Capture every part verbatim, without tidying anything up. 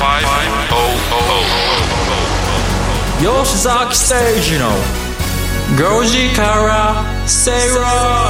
吉崎誠二のごじから正論。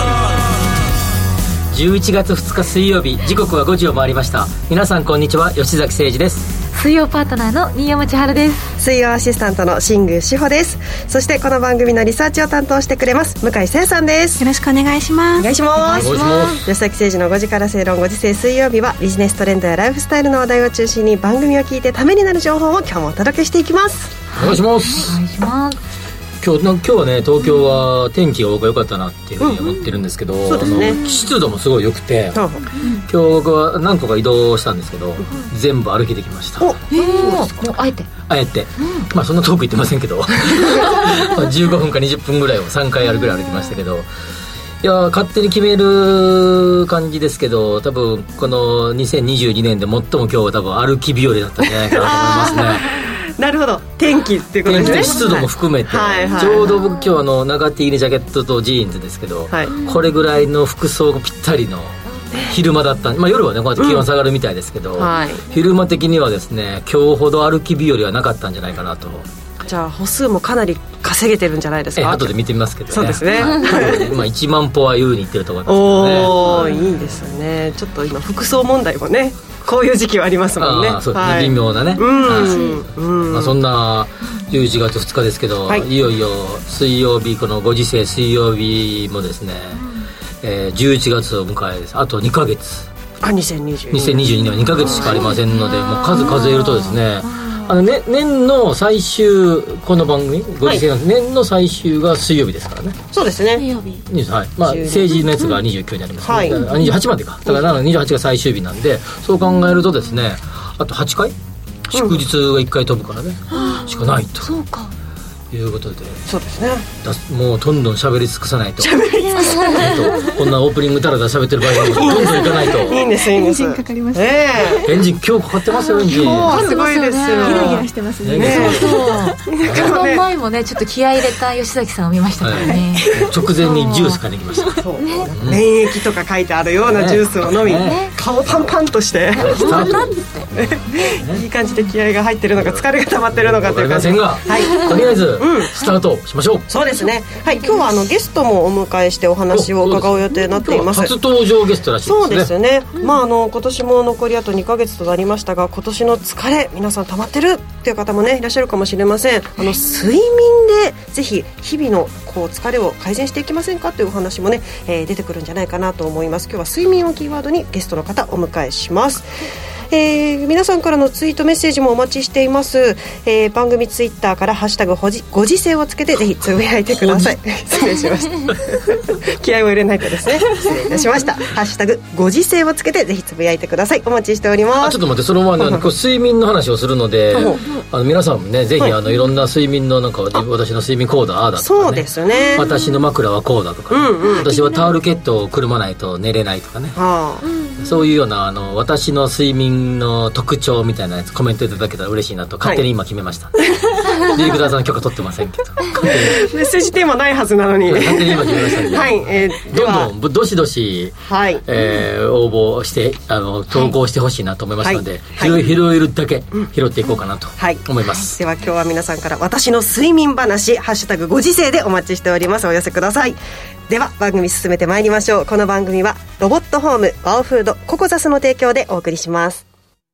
じゅういちがつふつか水曜日、時刻はごじを回りました。皆さんこんにちは、吉崎誠二です。 水曜パートナーの新山千春です。 水曜アシスタントの新宮志保です。そしてこの番組のリサーチを担当してくれます向井聖さんです。 よろしくお願いします。 お願いします。 お願いします。 吉崎誠二のごじから正論。ご時世水曜日はビジネストレンドやライフスタイルの話題を中心に番組を聞いてためになる情報を今日もお届けしていきます。 お願いします。 お願いします。 今日、今日はね、東京は天気が僕は良かったなっていうふうに思ってるんですけど、うんうん、そうですね、湿度もすごい良くて、うん、今日僕は何個か移動したんですけど、うん、全部歩けてきました。 お、えー、もうあえてあえて、うん、まあそんな遠く行ってませんけどじゅうごふんかにじゅっぷんぐらいをさんかいあるぐらい歩きましたけど、いや勝手に決める感じですけど、多分このにせんにじゅうにねんで最も今日は多分歩き日和だったんじゃないかなと思いますねなるほど、天気っていうことですね。 天気と湿度も含めて、はいはいはい、ちょうど僕今日あの長 T にジャケットとジーンズですけど、はい、これぐらいの服装がぴったりの昼間だったんで、まあ、夜はねこうやって気温下がるみたいですけど、うんはい、昼間的にはですね今日ほど歩き日和はなかったんじゃないかなと。 じゃあ歩数もかなり稼げてるんじゃないですか。 後で見てみますけどね。 そうですねまあいちまん歩は優にいってると思いますけどね。 おー、 はい、 いいですよね。ちょっと今服装問題もねこういう時期はありますもんね。 あそうですね、 はい、 微妙なね、 うんはい、 うん、 まあ、そんなじゅういちがつふつかですけど、はい、いよいよ水曜日、このご時世水曜日もですね、うんえー、じゅういちがつを迎えです。あとにかげつ、 あにせんにじゅうにねんはにかげつしかありませんので、もう数数えるとですね、あの、ね、年の最終、この番組ご時世の、はい、年の最終が水曜日ですからね。 そうですね、 水曜日、 はい、まあ政治のやつがにじゅうくにあります、ね、はい、あにじゅうはちまでか、だからにじゅうはちが最終日なんで、そう考えるとですね、あとはちかい祝日がいっかい飛ぶからね、うん、しかないと。 そうか、 いうことで、 そうですね、 だもうどんどん喋り尽くさないと。 喋り尽くさないとこんなオープニングだらだら喋ってる場合にどんどんいかないと。 いいんです、いいんです。 エンジンかかります、 えー、 エンジン今日かかってますよ。エンジン今日すごいですよ。 ギラギラしてますね。 ね本番前もねちょっと気合い入れた吉崎さんを見ましたからね、 はい、直前にジュース買いに来ました。 そう、ね、免疫とか書いてあるようなジュースを飲み、ね、顔パンパンとしてスタートいい感じで気合が入ってるのか疲れが溜まってるのかという感じ。 分かりませんが、はい、とりあえず、うん、スタートしましょう。 そうですね、はい、今日はあのゲストもお迎えしてお話を伺う予定になっています。 初登場ゲストらしいですね。 そうですね、うん、まあ、あの今年も残りあとにかげつとなりましたが、今年の疲れ皆さん溜まってるっていう方もねいらっしゃるかもしれません。あの睡眠でぜひ日々のこう疲れを改善していきませんかというお話もね、えー、出てくるんじゃないかなと思います。今日は睡眠をキーワードにゲストの方お迎えします。えー、皆さんからのツイートメッセージもお待ちしています。えー、番組ツイッターからハッシュタグご時世をつけてぜひつぶやいてください失礼しました気合を入れないとですね、失礼いたしました。ハッシュタグご時世をつけてぜひつぶやいてください。お待ちしております。 あちょっと待って、その前に今日睡眠の話をするのであの皆さんもねぜひ、はい、あのいろんな睡眠のなんか私の睡眠こうだああだとか、ね、 そうですね、 私の枕はこうだとか、ね、うんうん、私はタオルケットをくるまないと寝れないとかね、はあ、そういうようなあの私の睡眠の特徴みたいなやつコメントいただけたら嬉しいなと勝手に今決めました、はい、ディレクターさんの許可取ってませんけどメッセージテーマないはずなのに勝手に今決めましたんで、 はい、えー、 どんどんどしどし、はい、えー、応募してあの投稿してほしいなと思いますので、はいはい、拾えるだけ拾っていこうかなと思います、 はいはい、では今日は皆さんから私の睡眠話ハッシュタグご時世でお待ちしております。お寄せください。では番組進めてまいりましょう。この番組はロボットホームワオフードココザスの提供でお送りします。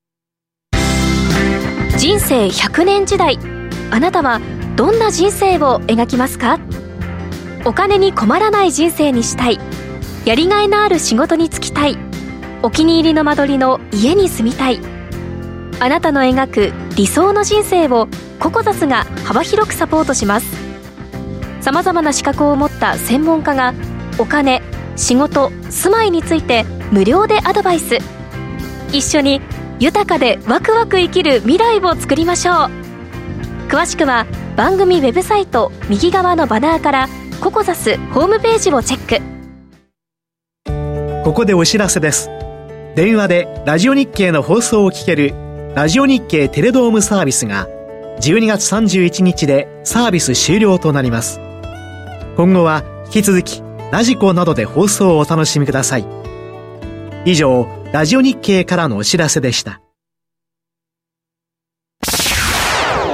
人生ひゃくねん時代、あなたはどんな人生を描きますか？お金に困らない人生にしたい、やりがいのある仕事に就きたい、お気に入りの間取りの家に住みたい。あなたの描く理想の人生をココザスが幅広くサポートします。さまざまな資格を持った専門家がお金、仕事、住まいについて無料でアドバイス。一緒に豊かでワクワク生きる未来を作りましょう。詳しくは番組ウェブサイト右側のバナーからココザスホームページをチェック。ここでお知らせです。電話でラジオ日経の放送を聞けるラジオ日経テレドームサービスがじゅうにがつさんじゅういちにちでサービス終了となります。今後は引き続きラジコなどで放送をお楽しみください。以上、ラジオ日経からのお知らせでした。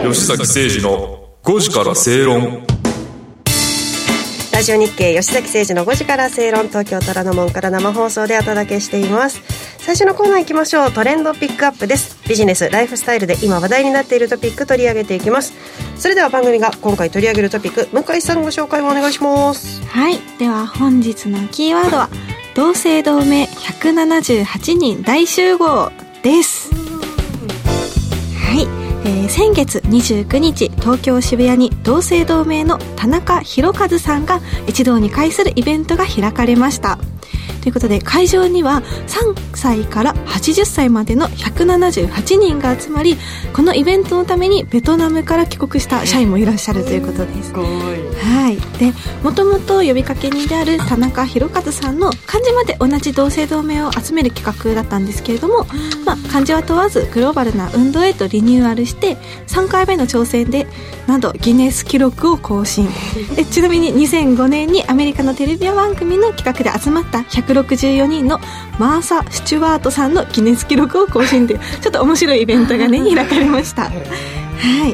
吉崎誠二のごじから正論。 ラジオ日経吉崎誠二のごじから正論、東京虎ノ門から生放送でお届けしています。最初のコーナー行きましょう。トレンドピックアップです。ビジネスライフスタイルで今話題になっているトピック取り上げていきます。それでは番組が今回取り上げるトピック、向井さんご紹介をお願いします。 はい、では本日のキーワードは同姓同名ひゃくななじゅうはちにん大集合です。はい、えー、先月にじゅうくにち東京渋谷に同姓同名の田中宏和さんが一堂に会するイベントが開かれました。ということで会場にはさんさいからはちじゅっさいまでのひゃくななじゅうはちにんが集まり、このイベントのためにベトナムから帰国した社員もいらっしゃるということです。すごい。はい、でもともと呼びかけ人である田中宏和さんの漢字まで同じ同姓同名を集める企画だったんですけれども、まあ、漢字は問わずグローバルな運動へとリニューアルしてさんかいめの挑戦でなんとギネス記録を更新で、ちなみににせんごねんにアメリカのテレビ番組の企画で集まったひゃくろくじゅうよにんのマーサ・スチュワートさんのギネス記録を更新というちょっと面白いイベントがね開かれました。はい、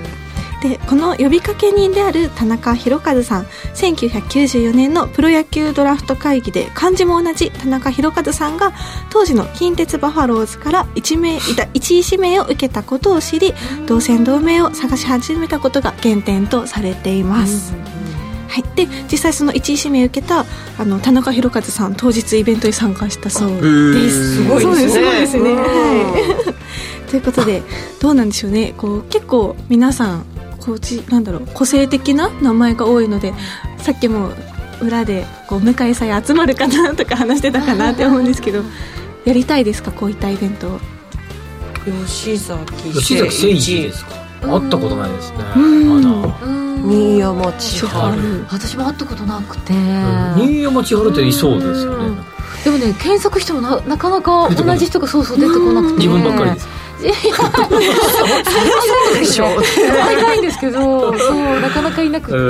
でこの呼びかけ人である田中宏和さん、せんきゅうひゃくきゅうじゅうよねんのプロ野球ドラフト会議で漢字も同じ田中宏和さんが当時の近鉄バファローズから一名一位指名を受けたことを知り、同姓同名を探し始めたことが原点とされています。はい、で実際その一位指名を受けたあの田中宏和さん、当日イベントに参加したそうです。 すごいですね。 そうですね。はい、ということでどうなんでしょうね。こう結構皆さんこうちなんだろう個性的な名前が多いので、さっきも裏でこう向井さん集まるかなとか話してたかなって思うんですけどやりたいですか、こういったイベント。 吉崎吉崎誠二ですか。会ったことないですね。 まだ新山千春、 私も会ったことなくて、 新山千春っていそうですよね。 でもね検索しても な, なかなか同じ人がそうそう出てこなくて、 自分ばっかりです。 いやそうでしょ会いたいんですけどそうなかなかいなくて、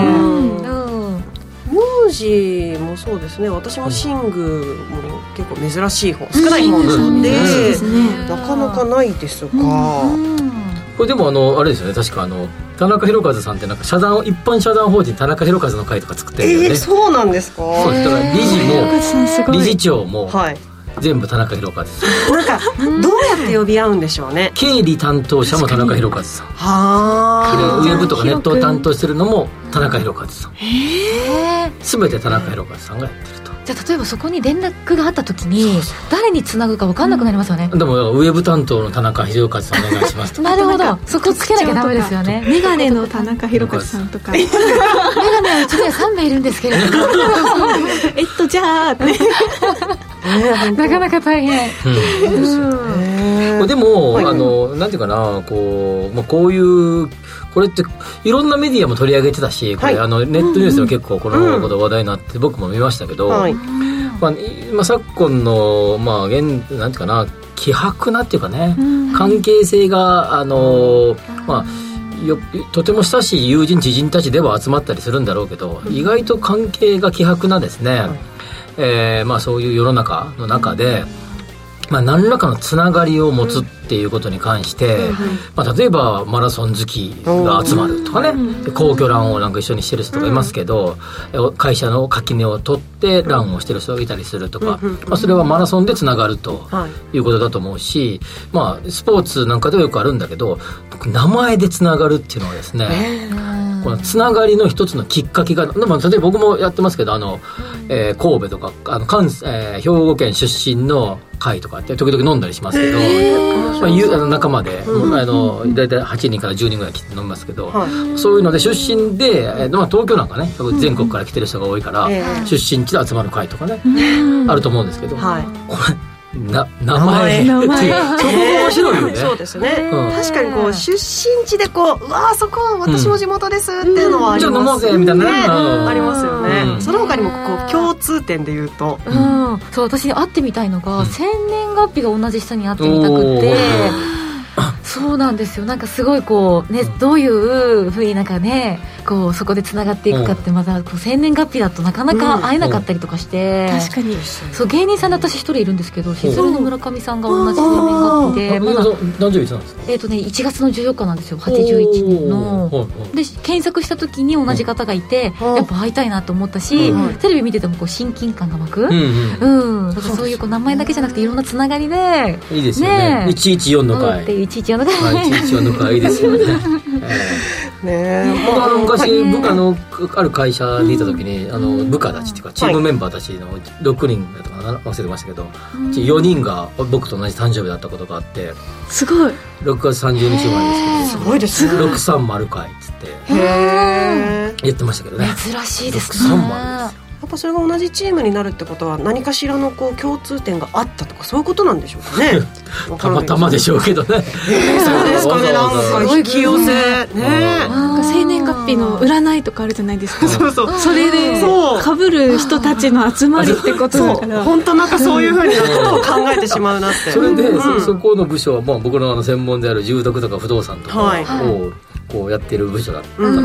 名字もそうですね。私もシングも結構珍しい方、少ない方なので、なかなかないですが、 これでもあのあれですよね、確かあの田中宏和さんってなんか社団一般社団法人田中宏和の会とか作ってるんだよね。 えー、そうなんですか。 そうだから理事も理事長も、はい、全部田中宏和さん。 なんかどうやって呼び合うんでしょうね。経理担当者も田中宏和さん。 はウェブとかネットを担当してるのも田中宏和さん。全て田中宏和さんがやってると。 じゃあ例えばそこに連絡があった時に誰につなぐか分かんなくなりますよね。 でもウェブ担当の田中宏和さんお願いしますと。 なるほど、そこつけなきゃダメですよね。 メガネの田中宏和さんとかメガネはうちにはさんめいいるんですけれどもえっとじゃあってなかなか大変、 うん、でも、はい、あのなんていうかな、こう、まあ、こういうこれっていろんなメディアも取り上げてたし、これ、はい、あのネットニュースでも結構このこと話題になって僕も見ましたけど、はい、まあまあ、昨今の、まあ、現なんていうかな希薄なっていうかね、関係性があの、まあ、よとても親しい友人知人たちでは集まったりするんだろうけど、意外と関係が希薄なですね、えーまあ、そういう世の中の中で、まあ、何らかのつながりを持つっていうことに関して、うん、まあ、例えばマラソン好きが集まるとかね、皇居ランをなんか一緒にしてる人とかいますけど、うん、会社の垣根を取ってランをしてる人がいたりするとか、うんまあ、それはマラソンでつながるということだと思うし、まあ、スポーツなんかではよくあるんだけど、名前でつながるっていうのはですね、えーこのつながりの一つのきっかけが、でも例えば僕もやってますけど、あの、えー、神戸とかあの関、えー、兵庫県出身の会とかって時々飲んだりしますけど、えーまあ、ゆあの仲間で、うん、あのだいたいはちにんからじゅうにんぐらい来て飲みますけど、はい、そういうので出身で、えーまあ、東京なんかね全国から来てる人が多いから、うん、出身地で集まる会とかね、うん、あると思うんですけど、はい、これな名前名前そこ面白いよね。 そうですね、うん、確かにこう出身地でこううわーそこ私も地元ですっていうのはあります、うん、じゃあ飲もうぜみたいな、ね、うん、ありますよね、うん、その他にもこう共通点でいうと、 うんうん、そう私に会ってみたいのが、うん、生年月日が同じ人に会ってみたくてそうなんですよ。なんかすごいこうね、うん、どういうふうになんかねこうそこでつながっていくかってまたこう生年月日だとなかなか会えなかったりとかして、うん、 確かにそう芸人さんで私一人いるんですけど、しずるの村上さんが同じ生年月日で、 まだ何十いつなんですか？ えーとね、いちがつのじゅうよっかなんですよ。はちじゅういちねんので検索した時に同じ方がいて、うん、やっぱ会いたいなと思ったし、うん、テレビ見ててもこう親近感が湧く、うんうんうん、だからそういうこう名前だけじゃなくていろんなつながりでいいですよね。いちいちよんの回、 うん、いちいちよんの回、 いちいちよんの回いいですよね。 ね僕あの昔部下のある会社にいた時にあの部下たちっていうかチームメンバーたちのろくにんだとか忘れてましたけど、よにんが僕と同じ誕生日だったことがあって、 すごいろくがつさんじゅうにちまえですけど、 すごいですね。 ろくさんまる回っつってへ言ってましたけどね。 珍しいですね。 ろくさんまるですよ。 やっぱそれが同じチームになるってことは何かしらのこう共通点があったとかそういうことなんでしょうかね。 たまたまでしょうけどね。 えー、そうですかね。なんか引き寄せね。 なんか生年月日の占いとかあるじゃないですか。 そうそう。 それで被る人たちの集まりってことだから。 本当なんかそういうふうにことを考えてしまうなって。 それで、うん、そ, そこの部署は、まあ、僕のあの専門である住宅とか不動産とかを、はいこうやってる部署だったの、うん、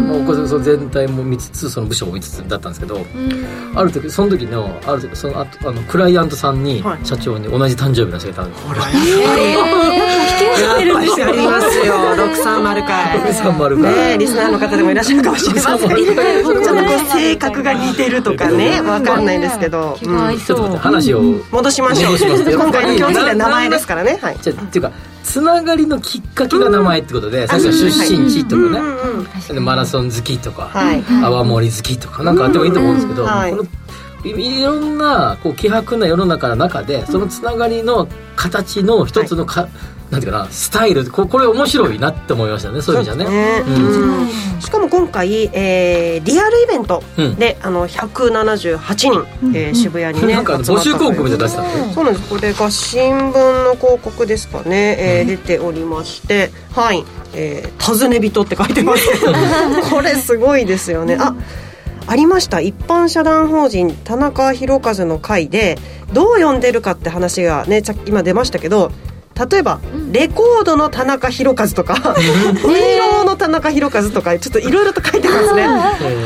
もうこれその全体も見つつその部署も見つつだったんですけど、うん、ある時その時のある時そのあとあのクライアントさんに、はい、社長に同じ誕生日の人がいたんですよ。 ほらやっぱり、えー、やっぱりありますよ。ろくさんまる回ろくさんまる回、 ね、リスナーの方でもいらっしゃるかもしれませんけどちょっとこう性格が似てるとかね分かんないんですけど、 うん、ちょっと待って話を戻しましょう。今回の共通点名前ですからね。はい、 じゃっていうかつながりのきっかけが名前ってことで、うん、さっきの出身地とかね、うんうん、マラソン好きとか、はい、泡盛好きとかなんかあってもいいと思うんですけど、うんうん、このいろんなこう希薄な世の中の中でそのつながりの形の一つのか、はい、なんていうかなスタイル こ, これ面白いなって思いましたね。そういう意味じゃね、 うんうん、しかも今回、えー、リアルイベントで、うん、あのひゃくななじゅうはちにん、うんえー、渋谷にねなんか募集広告みたいな出したんですね。 そうなんです。これが新聞の広告ですかね、えーうん、出ておりましてはい、えー、尋ね人って書いてますけどこれすごいですよね。あありました。一般社団法人田中宏和の会でどう呼んでるかって話がね今出ましたけど、例えば、うん、レコードの田中宏和とか運動の田中宏和とかちょっといろいろと書いてますね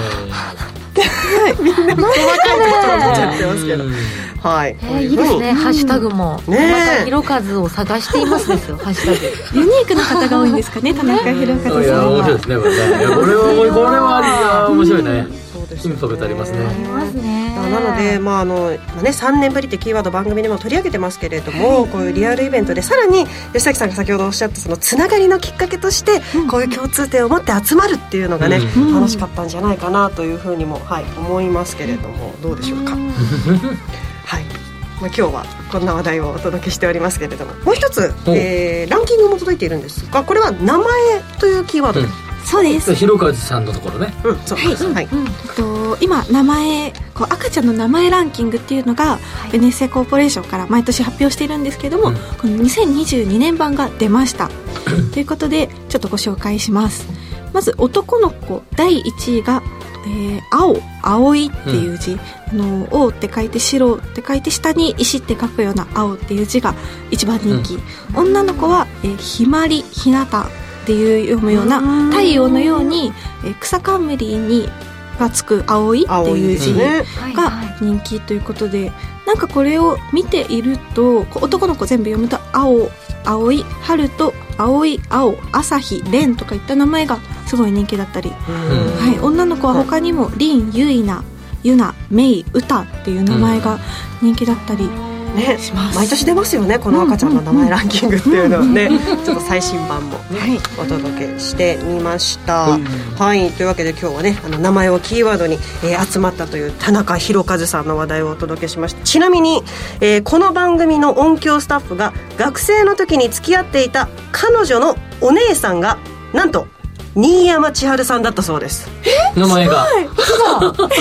みんな細かいところ見ちゃってますけどはい、 えー、いいですね。ハッシュタグも田中宏和を探していますですよ。ハッシュタグユニークな方が多いんですかね田中宏和さんは。 いや面白いですねこれね。いやこれはこれはあり面白いね。インパクトありますね。 ありますね。 なので、まああのまあね、さんねんぶりってキーワード番組でも取り上げてますけれども、はい、こういうリアルイベントでさらに吉崎さんが先ほどおっしゃったそのつながりのきっかけとして、うん、こういう共通点を持って集まるっていうのがね、うん、楽しかったんじゃないかなというふうにも、はい、思いますけれどもどうでしょうか。はい、まあ、今日はこんな話題をお届けしておりますけれども、もう一つ、えー、ランキングも届いているんですが、これは名前というキーワードです、うんそうです。 広和さんのところね、 うん、そうです、はいはい、 うん、えっと、今名前こう赤ちゃんの名前ランキングっていうのが、はい、ベネッセコーポレーションから毎年発表しているんですけれども、うん、このにせんにじゅうにねん版が出ましたということでちょっとご紹介します。まず男の子だいいちいが、えー、青青いっていう字、うん、あの青って書いて白って書いて下に石って書くような青っていう字が一番人気、うん、女の子は、えー、ひまりひなたっていう読むような太陽のように、えー、草冠にがつく青いっていう字が人気ということで、なんかこれを見ていると男の子全部読むと青青い春と青い青朝日蓮とかいった名前がすごい人気だったり、はい、女の子は他にも凛ゆいなゆなめい歌っていう名前が人気だったりね、毎年出ますよねこの赤ちゃんの名前ランキングっていうのはね、うんうんうん、ちょっと最新版も、ね、はい、お届けしてみました、うん、はい、というわけで今日はねあの名前をキーワードに、えー、集まったという田中宏和さんの話題をお届けしました。ちなみに、えー、この番組の音響スタッフが学生の時に付き合っていた彼女のお姉さんがなんと新山千春さんだったそうです。 名前が嘘嘘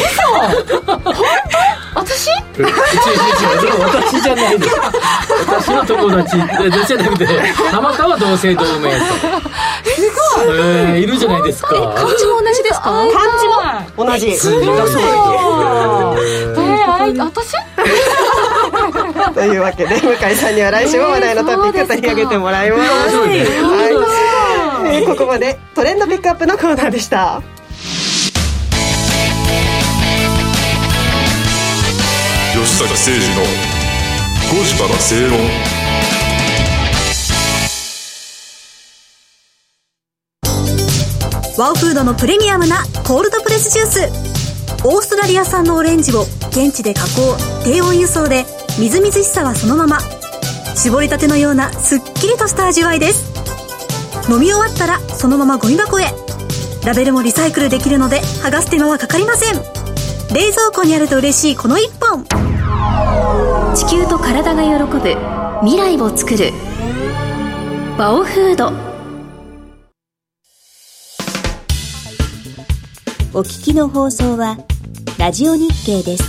私私じゃないです私の友達じゃなくてたまたま同姓同名とすごい、 えー、いるじゃないですか。 漢字も同じですか。 漢字も同じ数字だそうです。えー、あい私というわけで向井さんには来週も話題のトピック取り上げてもらいます、はいはい、えー、ここまでトレンドピックアップのコーナーでした。 吉崎誠二のごじから正論。 ワオフードのプレミアムなコールドプレスジュース。オーストラリア産のオレンジを現地で加工、低温輸送でみずみずしさはそのまま。絞りたてのようなすっきりとした味わいです。飲み終わったらそのままゴミ箱へ。ラベルもリサイクルできるので剥がす手間はかかりません。冷蔵庫にあると嬉しいこの一本。 地球と体が喜ぶ未来を作るワオフード。 お聞きの放送はラジオ日経です。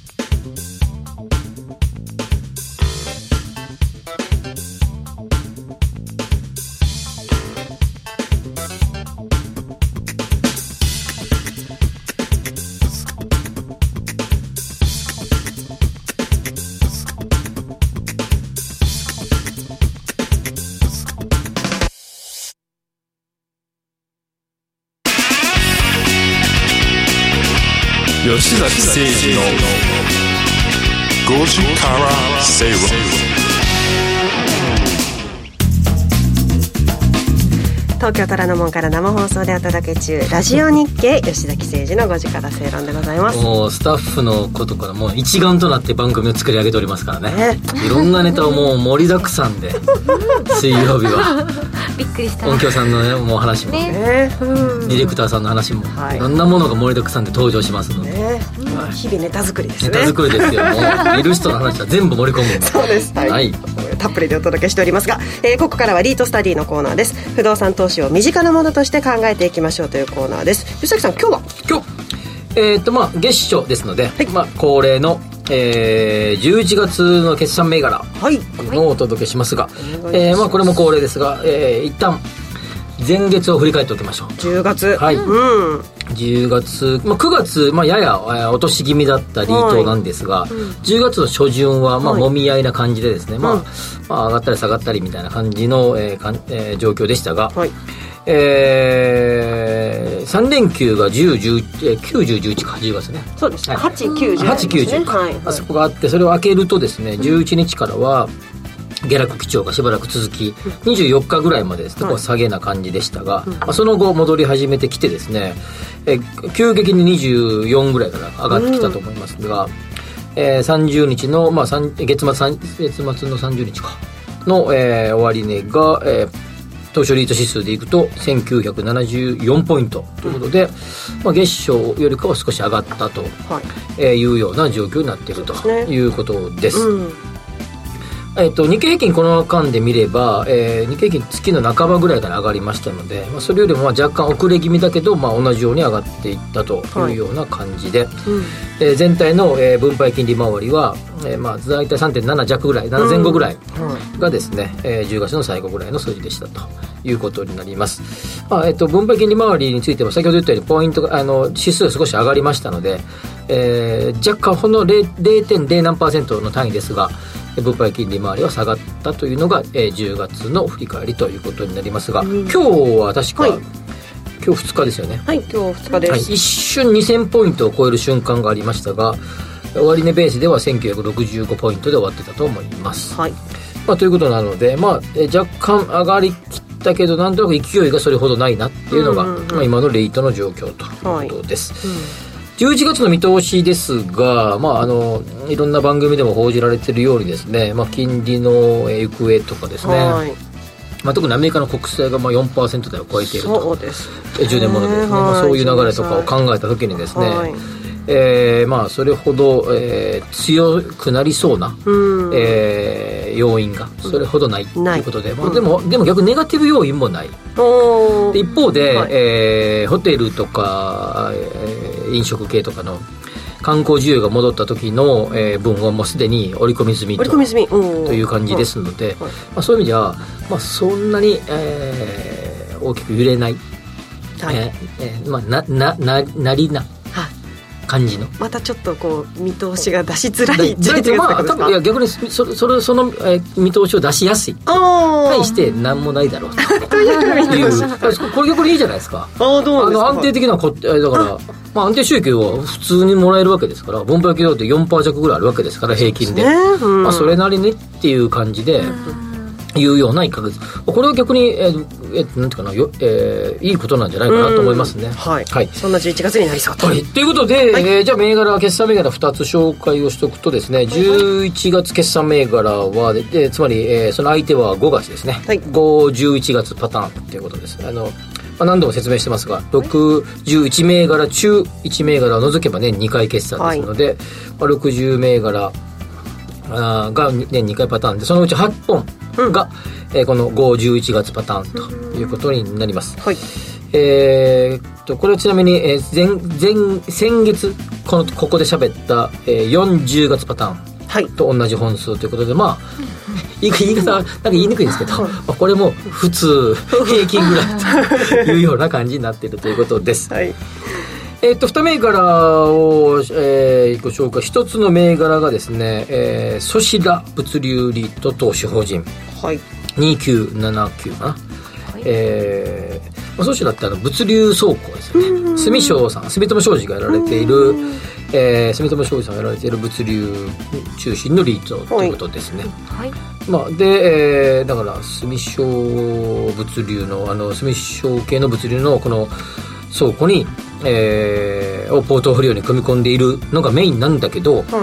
吉崎誠二のごじから正論。 東京虎ノ門から生放送でお届け中、ラジオ日経吉崎誠二のごじから正論でございます。 もうスタッフのことからもう一丸となって番組を作り上げておりますからね、いろんなネタをもう盛りだくさんで水曜日はびっくりした。 音響さんの、ね、もう話も、ね、ディレクターさんの話も、はい、いろんなものが盛りだくさんで登場しますので、ね、 はい、日々ネタ作りですね。 ネタ作りですよ。もういる人の話は全部盛り込むそうです、はい、はい、たっぷりでお届けしておりますが、えー、ここからはリートスタディのコーナーです。不動産投資を身近なものとして考えていきましょうというコーナーです。吉崎さん、今日は今日、えーとまあ、月初ですので、はい、まあ、恒例の、えー、じゅういちがつの決算銘柄のお届けしますが、はい、えーまあ、これも恒例ですが、えー、一旦前月を振り返っておきましょう。 じゅうがつ、 はい、うん、じゅうがつ、まあ、くがつ、まあ、やや落とし気味だったリートなんですが、はい、じゅうがつの初旬は、まあ、もみ合いな感じでですね、はい、まあまあ、上がったり下がったりみたいな感じの、えーかんえー、状況でしたが、はい、えー、さん連休がじゅう、じゅう、きゅう、じゅう、じゅういちか、じゅうがつね。 そうですね、はい、はち、きゅう、じゅう、 はち、きゅう、じゅうか、はいはい、あそこがあって、それを開けるとですね、じゅういちにちからは下落基調がしばらく続き、にじゅうよっかぐらいまでですね、こう下げな感じでしたが、まあ、その後戻り始めてきてですね、え急激ににじゅうよんぐらいから上がってきたと思いますが、うん、えー、さんじゅうにちの、まあ、月末月末のさんじゅうにちかの、えー、終値が、えー、東証リート指数でいくとせんきゅうひゃくななじゅうよんポイントということで、まあ、月初よりかは少し上がったというような状況になっているということです。うん、えー、と日経平均この間で見れば、えー、日経平均月の半ばぐらいから上がりましたので、まあ、それよりもまあ若干遅れ気味だけど、まあ、同じように上がっていったというような感じで、はい、うん、えー、全体の、えー、分配金利回りは、えー、まあ大体 さんてんなな 弱ぐらいななぜん後ぐらいがですね、うん、えー、じゅうがつの最後ぐらいの数字でしたということになります。まあ、えー、と分配金利回りについても先ほど言ったようにポイントがあの指数が少し上がりましたので、えー、若干ほんの れいてんぜろ 何パーセントの単位ですが分配金利回りは下がったというのが、えー、じゅうがつの振り返りということになりますが、うん、今日は確か、はい、今日ふつかですよね。 はい、今日ふつかです、はい、 一瞬にせんポイントを超える瞬間がありましたが、終値ベースではせんきゅうひゃくろくじゅうごポイントで終わってたと思います、はい、まあ、ということなので、まあ、え若干上がりきったけどなんとなく勢いがそれほどないなっていうのが、うんうんうん、まあ、今のレートの状況ということです、はい、うん、じゅういちがつの見通しですが、まあ、あのいろんな番組でも報じられているようにですね、まあ、金利の行方とかですね、はい、まあ、特にアメリカの国債がまあ よんパーセント 台を超えていると。 そうです、 じゅうねんものですね、まあ、そういう流れとかを考えた時にですね、はい、えーまあ、それほど、えー、強くなりそうな、うん、えー、要因がそれほどないということで、まあ、でも、でも逆にネガティブ要因もない。で一方で、はい、えー、ホテルとか、えー、飲食系とかの観光需要が戻った時の、えー、分はもうすでに織り込み済み と, という感じですので、はいはい、まあ、そういう意味では、まあ、そんなに、えー、大きく揺れない、はい、えーえーまあ、な, な, な, なりな感じのまたちょっとこう見通しが出しづらいじゃないですか。 まあ多分いや逆にそれそれその、えー、見通しを出しやすい対して何もないだろうというこれ逆にいいじゃないですか。 あどうですか。 あの安定的なこだからまあ、安定収益は普通にもらえるわけですから、ボンバイ企業って よんパーセント 弱ぐらいあるわけですから平均で、ねうん、まあ、それなりにっていう感じでいうようないっかげつ、これは逆に、えーえー、なんていうかなよ、えー、いいことなんじゃないかなと思いますね、 はいはい、そんなじゅういちがつになりそうと、 はい、ということで、はい、えー、じゃあ銘柄決算銘柄ふたつ紹介をしておくとですね、じゅういちがつ決算銘柄はででつまり、えー、その相手はごがつですね、はい、ご、じゅういちがつパターンということです。あのまあ、何度も説明してますがろくじゅういち銘柄中いち銘柄を除けば年にかい決算ですので、はい、まあ、ろくじゅう銘柄あが年にかいパターンで、そのうちはっぽんが、うん、えー、このご、じゅういちがつパターンということになります、はい、えー、とこれはちなみに、えー、前前先月このここで喋った、えー、よんじゅうがつパターン、はい、と同じ本数ということで、まあ言い方はなんか言いにくいんですけど、はい、まあ、これも普通平均ぐらいというような感じになっているということです、はい、えー、とに銘柄を、えー、ご紹介。ひとつの銘柄がですね、えー、ソシラ物流リート投資法人、はい、にきゅうななきゅうかな、はい、えーまあ、ソシラってあの物流倉庫ですよね。住商さん、住友商事がやられている、えー、住友商事さんがやられている物流中心のリートということですね、はい、まあ、で、えー、だから住商物流のあの住商系の物流のこの倉庫に、えー、をポートフォリオに組み込んでいるのがメインなんだけど、はい、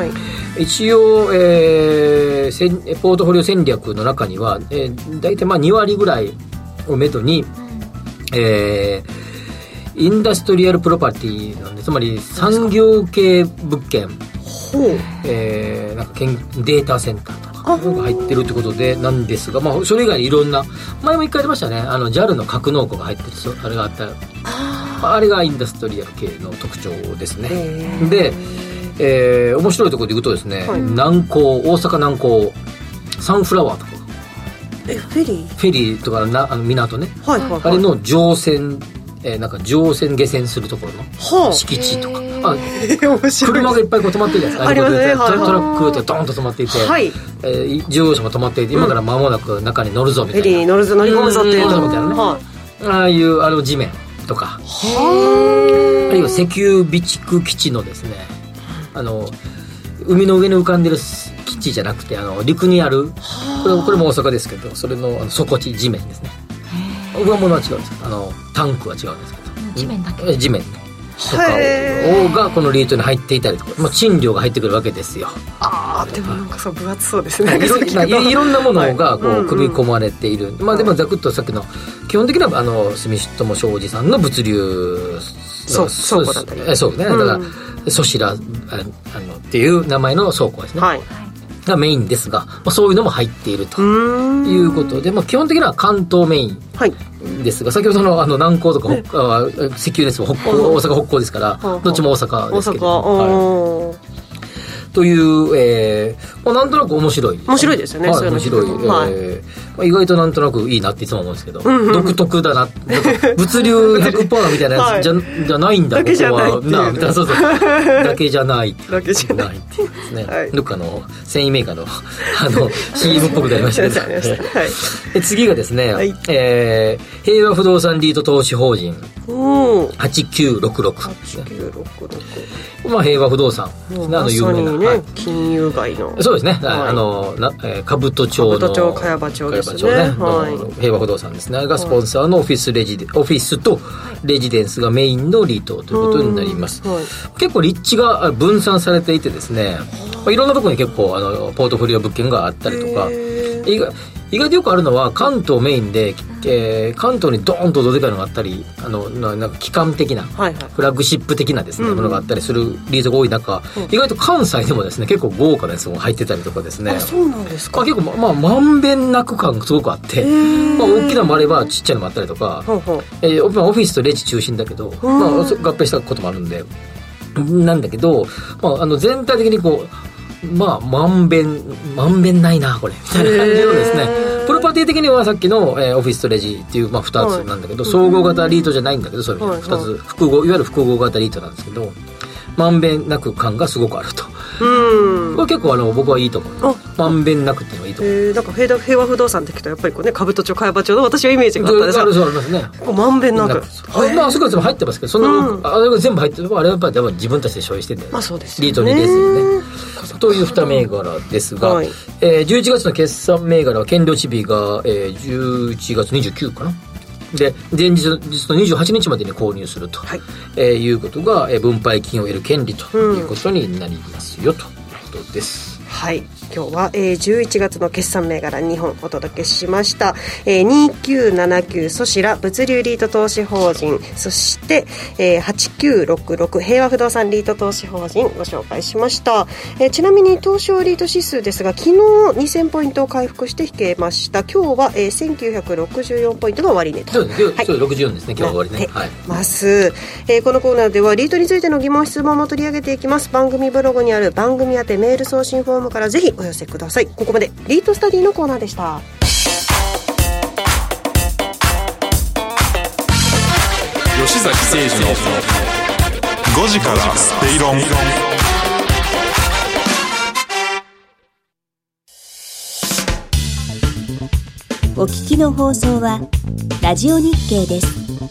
一応、えー、ポートフォリオ戦略の中には、えー、大体まあにわりぐらいをめどに、えーインダストリアルプロパティなんで、つまり産業系物件、ほう、えー、なんかデータセンターとかが入ってるってことでなんですが、まあ、それ以外にいろんな、前も一回ありましたね、あの ジャル の格納庫が入ってる、あれがあった、あ, あれがインダストリアル系の特徴ですね。で、えー、面白いところで言うとですね、はい、南港、大阪南港サンフラワーとか、 えフェリーフェリーとかな、あの港ね、はいはいはい、あれの乗船、えー、なんか乗船下船するところの敷地とか、はあ、車がいっぱいこう止まってるじゃないですか、ありますね、ト, トラックってドーンと止まっていて、はい、えー、自動車も止まっていて、今から間もなく中に乗るぞみたいな、 フェリーに乗るぞ、乗り込むぞっていうのみたいなね、はい、ああいうあの地面とか、あるいは石油備蓄基地のですね、あの海の上に浮かんでる基地じゃなくて、あの陸にある、これ、これも大阪ですけど、それの、あの底地、地面ですね。上物は違うんですけど、あのタンクは違うんですけど、 地面だけ、 地面ねとかをがこのリートに入っていたりとか、まあ、賃料が入ってくるわけですよ。 ああ、でもなんかそう分厚そうですね。 いろんな、いろんなものがこう組み込まれている、うんうん、まあでもざくっとさっきの基本的なあの住友商事さんの物流そう倉庫だったり、 そうですね、だからソシラあのっていう名前の倉庫ですね、はい、がメインですが、まあ、そういうのも入っているということで、まあ、基本的には関東メインですが、はい、先ほど の, あの南港とか、ね、石油ですも北港、大阪北港ですから、どっちも大阪ですけど、はい、という、えーまあ、なんとなく面白い面白いですよね、 はい、面白い、えーはい、まあ、意外となんとなくいいなっていつも思うんですけど、うんうん、独特だな、物流 ひゃくパーセント みたいなやつじ ゃ,、はい、じゃないんだ、 だけじゃないここはなみたいな、そうそうだけじゃないだけじゃないっていうですね、はい、どっかの繊維メーカーのあの シーエム っぽくなりましたけど、はい、次がですね、はい、えー、平和不動産リート投資法人はちきゅうろくろく、まあ、平和不動産ですね、あの有名な、 ね、はい、金融街の、 そうですね、はい、あのな、えー、兜町の兜町茅場町ですね、 ね、はい、平和不動産ですねがスポンサーのオフィスレジデオフィスとレジデンスがメインのリートということになります、はい、結構立地が分散されていてですね、まあ、いろんなところに結構あのポートフォリオ物件があったりとか、意外意外とよくあるのは関東メインで、えー、関東にドーンとどでかいのがあったり、あのななんか基幹的な、はいはい、フラッグシップ的なですね、うんうん、ものがあったりするリートが多い中、うん、意外と関西でもですね結構豪華なやつも入ってたりとかですね、 あ、そうなんですか、 まあ、結構まあまんべんなく感がすごくあって、まあ、大きなのもあればちっちゃいのもあったりとか、えー、オフィスとレジ中心だけど、まあ、合併したこともあるんでなんだけど、まあ、あの全体的にこうまあ、まんべん、まんべんないな、これ。みたいな感じのですね。プロパティ的にはさっきの、えー、オフィスとレジっていう、まあ、ふたつなんだけど、はい、総合型リートじゃないんだけど、そういうふたつ、複合、いわゆる複合型リートなんですけど、 まんべんなく感がすごくあると。 うん、 これ結構あの僕はいいと思う。まんべんなくっていうのがいいと思う。 えー、なんか平, 平和不動産って聞くとやっぱりこうね兜町茅場町の私はイメージがあったんですが、 そうありますね。 まんべんなく。 あ、まあそこは全部入ってますけど、その、うん、あれが全部入ってる。あれはやっぱり自分たちで所有してるんだよね。 まあそうですよね。 リートにですよね。というに銘柄ですが、はい、えー、じゅういちがつの決算銘柄は権利地日が、えー、じゅういちがつにじゅうくかな。で前日のにじゅうはちにちまでに購入すると、はい、えー、いうことが、えー、分配金を得る権利ということになりますよ、うん、ということです。 はい、今日は、えー、じゅういちがつの決算銘柄にほんお届けしました。えー、にきゅうななきゅうソシラ物流リート投資法人、そして、えー、はちきゅうろくろく平和不動産リート投資法人ご紹介しました。えー、ちなみに東証リート指数ですが昨日にせんポイントを回復して引けました。今日は、えー、せんきゅうひゃくろくじゅうよんポイントの終値と。 そうですね、はい、ろくじゅうよんですね今日終わりね。 はい、ます、えー、このコーナーではリートについての疑問質問も取り上げていきます。番組ブログにある番組宛てメール送信フォームからぜひお寄せください。ここまでリートスタディのコーナーでした。 吉崎誠二のごじからスペイロン。 お聞きの放送はラジオ日経です。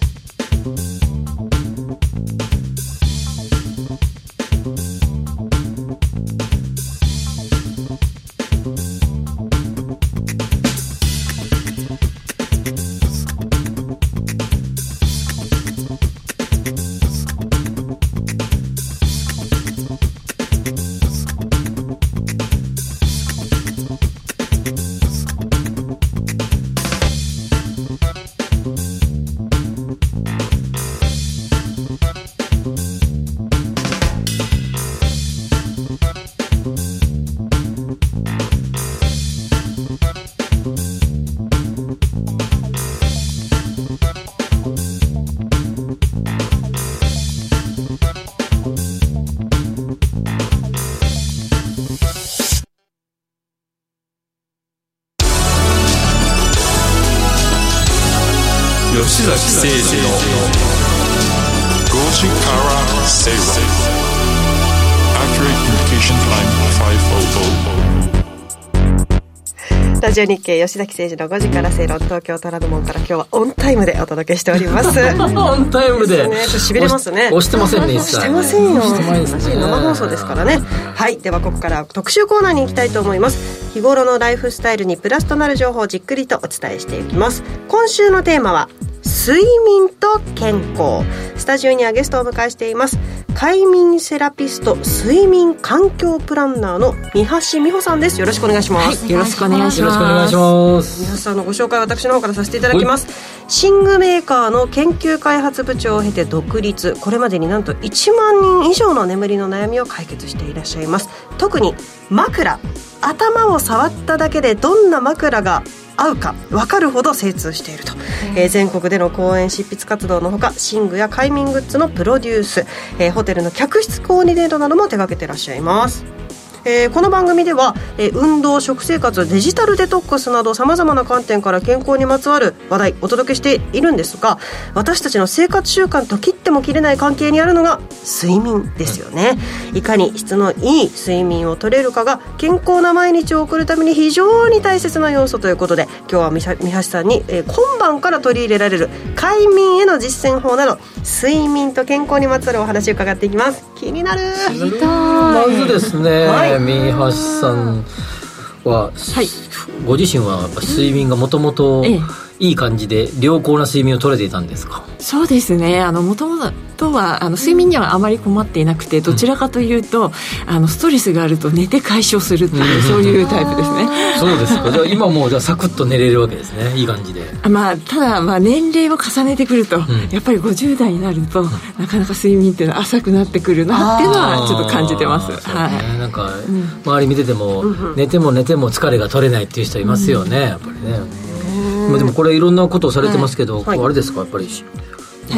吉崎誠二のごじから正論。 Accurate Communication Timeごひゃく。 ラジオ日経吉崎誠二のごじから正論。東京虎ノ門から今日はオンタイムでお届けしておりますオンタイムでしびれますね。 押してませんね。 してませんよ。してないですね。生放送ですからね。はい、ではここから特集コーナーに行きたいと思います。日頃のライフスタイルにプラスとなる情報をじっくりとお伝えしていきます。今週のテーマは睡眠と健康。スタジオにはゲストをお迎えしています。快眠セラピスト、睡眠環境プランナーの三橋美穂さんです。よろしくお願いします。 はい、よろしくお願いします。 よろしくお願いします。 皆さんのご紹介は私の方からさせていただきます。寝具メーカーの研究開発部長を経て独立。これまでになんといちまんにん以上の眠りの悩みを解決していらっしゃいます。特に枕、頭を触っただけでどんな枕が合うか分かるほど精通していると、えー、全国での講演執筆活動のほか寝具や快眠グッズのプロデュース、えー、ホテルの客室コーディネートなども手掛けていらっしゃいます。えー、この番組では、えー、運動、食生活、デジタルデトックスなどさまざまな観点から健康にまつわる話題お届けしているんですが、私たちの生活習慣と切っても切れない関係にあるのが睡眠ですよね。いかに質のいい睡眠を取れるかが健康な毎日を送るために非常に大切な要素ということで、今日は三橋さんに、えー、今晩から取り入れられる快眠への実践法など睡眠と健康にまつわるお話を伺っていきます。気になる。 まずですね、はい、三橋さんは、はい、ご自身はやっぱ睡眠がもともといい感じで良好な睡眠を取れていたんですか？ そうですね、あのもともとはあの睡眠にはあまり困っていなくて、どちらかというと、うん、あのストレスがあると寝て解消するっていう、うん、そういうタイプですね。 そうですか。じゃあ今もうじゃあサクッと寝れるわけですね。いい感じで。 まあ、ただ、まあ、年齢を重ねてくると、うん、やっぱりごじゅう代になると、うん、なかなか睡眠っていうのは浅くなってくるなっていうのはちょっと感じてます。はい、 なんか、うん、周り見てても、うん、寝ても寝ても疲れが取れないっていう人いますよね、うん、やっぱりね。まあ、でもこれいろんなことをされてますけど、はい、あれですか、やっぱりはい、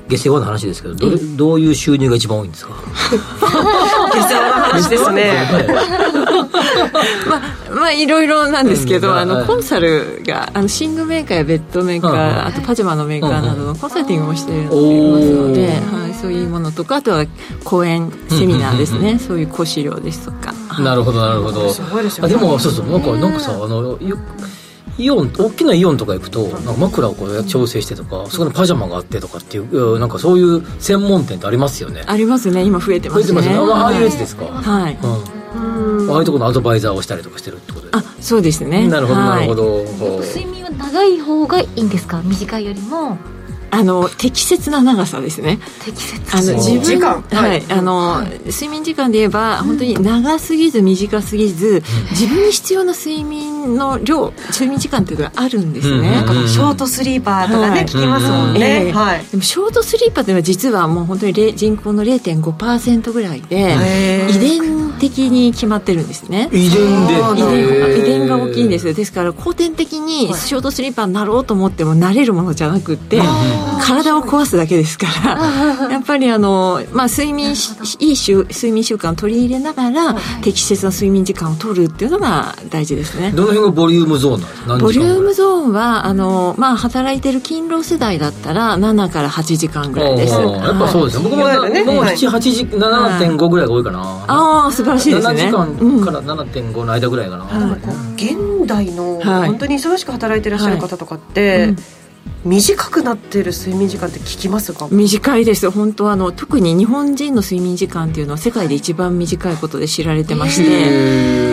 下世話の話ですけど、ど, どういう収入が一番多いんですか？ 下世話の話ですね。 まあ、まあいろいろなんですけど、うん、あのコンサルがあの寝具メーカーやベッドメーカー、うん、あとパジャマのメーカーなどのコンサルティングもしていますので、はい、そういうものとか、あとは講演セミナーですね、うんうんうん、そういう講師料ですとか。 なるほどなるほど。すごいですよね。あでもそうそう、なんかなんかさ、あのよイオン大きなイオンとか行くとなんか枕をこう調整してとか、そこにパジャマがあってとかっていう、なんかそういう専門店ってありますよね。 ありますね、今増えてますね。 増えてますね。ああいうやつですか？ はい、 うん、ああいうところのアドバイザーをしたりとかしてるってことですか？ あ、そうですね。 なるほどなるほど。 睡眠は長い方がいいんですか？短いよりも。 あの適切な長さですね。 適切あの自分時間、 はい、あの、はい、睡眠時間で言えば本当に長すぎず短すぎず、うん、自分に必要な睡眠の量、睡眠時間っていうのがあるんですね、うん、 なんかショートスリーパーとかね、はい、聞きますもんね、 えーはい、でもショートスリーパーっていうのは実はもう本当に人口の れいてんごパーセント ぐらいで遺伝的に決まってるんですね。 遺伝で遺伝、遺伝が大きいんです。ですから後天的にショートスリーパーになろうと思ってもなれるものじゃなくって、体を壊すだけですからやっぱりあの、まあ、睡眠いい睡眠習慣を取り入れながら適切な睡眠時間を取るっていうのが大事ですね。 どの辺がボリュームゾーンなんですか？ ボリュームゾーンはあの、まあ、働いてる勤労世代だったらななからはちじかんぐらいです。 やっぱそうですね、僕も、ね、僕もなな、はちじ ななてんご ぐらいが多いかな。 ああ素晴らしいですね。 ななじかんから ななてんご の間ぐらいかな、うん、 現代の本当に忙しく働いてらっしゃる方とかって、はい、うん、短くなってる睡眠時間って聞きますか？ 短いです本当。あの特に日本人の睡眠時間っていうのは世界で一番短いことで知られてまして、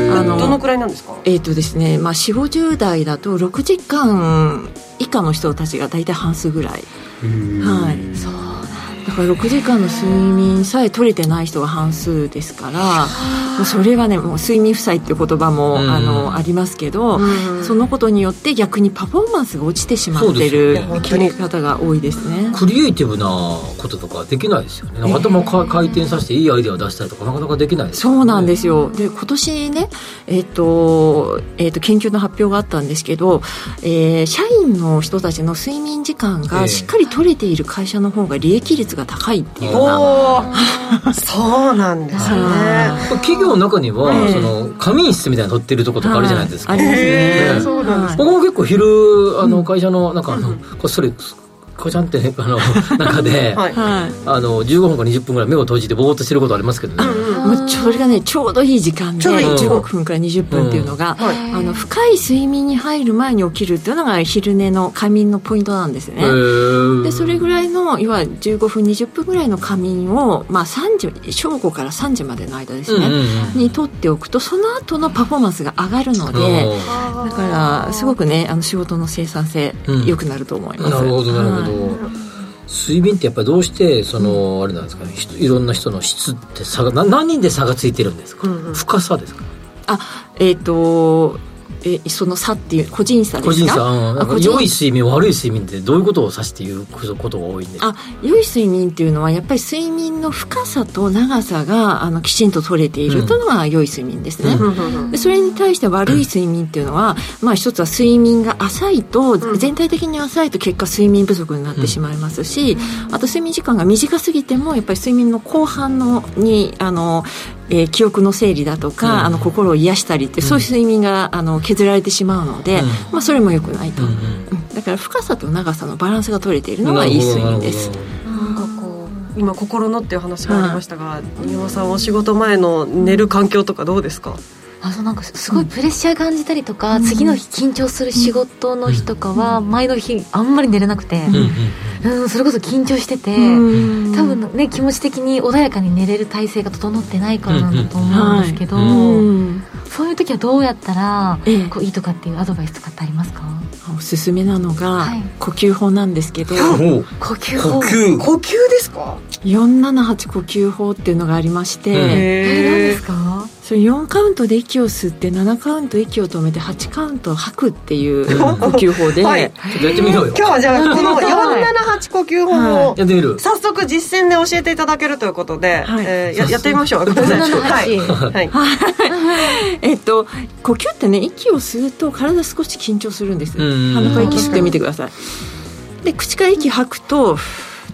あのどのくらいなんですか？ えーとですね、まあ、よんじゅう、ごじゅう代だとろくじかん以下の人たちが大体半数ぐらい。はい、そうだからろくじかんの睡眠さえ取れてない人が半数ですから、もうそれはね、もう睡眠負債っていう言葉も、うん、あのありますけど、うん、そのことによって逆にパフォーマンスが落ちてしまってる方が多いですね。 クリエイティブなこととかできないですよね。頭を回転させていいアイデアを出したりとかなかなかできないですよね。 そうなんですよ。で今年ね、えーとえーと研究の発表があったんですけど、えー、社員の人たちの睡眠時間がしっかり取れている会社の方が利益率が高いっていうような。 そうなんですね。 企業の中には、えー、その仮眠室みたいなの取ってるとことかあるじゃないですか。 ありますね。 えー、そうなんです。僕も結構昼あの会社のなんか、うん、こっそりこちゃんってね、あの中で、はい、あのじゅうごふんかにじゅっぷんぐらい目を閉じてぼーっとしてることありますけどね、 うんうん、もうそれがねちょうどいい時間でじゅうごふんからにじゅっぷんっていうのが、うんはい、あの深い睡眠に入る前に起きるっていうのが昼寝の仮眠のポイントなんですね。でそれぐらいの要はじゅうごふんにじゅっぷんぐらいの仮眠を、まあ、さんじ正午からさんじまでの間ですね、うんうんうん、にとっておくとその後のパフォーマンスが上がるので、だからすごくねあの仕事の生産性良くなると思います、 うん、なるほどなるほど、はい。睡眠ってやっぱりどうしてその、うん、あれなんですかね、いろんな人の質って差が何で差がついてるんですか？うんうん、深さですか？ あ、えっ、ー、とえその差っていう個人差ですか？ 個人差、うん、なんか良い睡眠悪い睡眠ってどういうことを指して言うことが多いんですか？ あ、良い睡眠っていうのはやっぱり睡眠の深さと長さがあのきちんと取れているというのが良い睡眠ですね、うん、でそれに対して悪い睡眠っていうのは、まあ、一つは睡眠が浅いと全体的に浅いと結果睡眠不足になってしまいますし、うん、あと睡眠時間が短すぎてもやっぱり睡眠の後半のにあのえー、記憶の整理だとか、うん、あの心を癒したりって、うん、そういう睡眠があの削られてしまうので、うんまあ、それも良くないと、うんうん、だから深さと長さのバランスが取れているのがいい睡眠です。 なんかこう今心のっていう話がありましたが、新山さんお仕事前の寝る環境とかどうですか？ あそうなんかすごいプレッシャー感じたりとか、うん、次の日緊張する仕事の日とかは前の日あんまり寝れなくて、うんうん、それこそ緊張してて、うん、多分ね気持ち的に穏やかに寝れる体勢が整ってないからなんだと思うんですけど、うんはい、そういう時はどうやったらこういいとかっていうアドバイスとかってありますか？ おすすめなのが呼吸法なんですけど、はい、 呼吸法呼吸呼吸ですか？ よんななはち呼吸法っていうのがありまして、 へー何ですか？ それよんカウントで息を吸ってななカウント息を止めてはちカウント吐くっていう呼吸法で、はい、 ちょっとやってみようよ。 今日はじゃあこのよんななはち呼吸法を早速実践で教えていただけるということで、はいえー、や, やってみましょう。はいはいえっと呼吸ってね息を吸うと体少し緊張するんです。鼻から息吸ってみてください。で口から息吐くと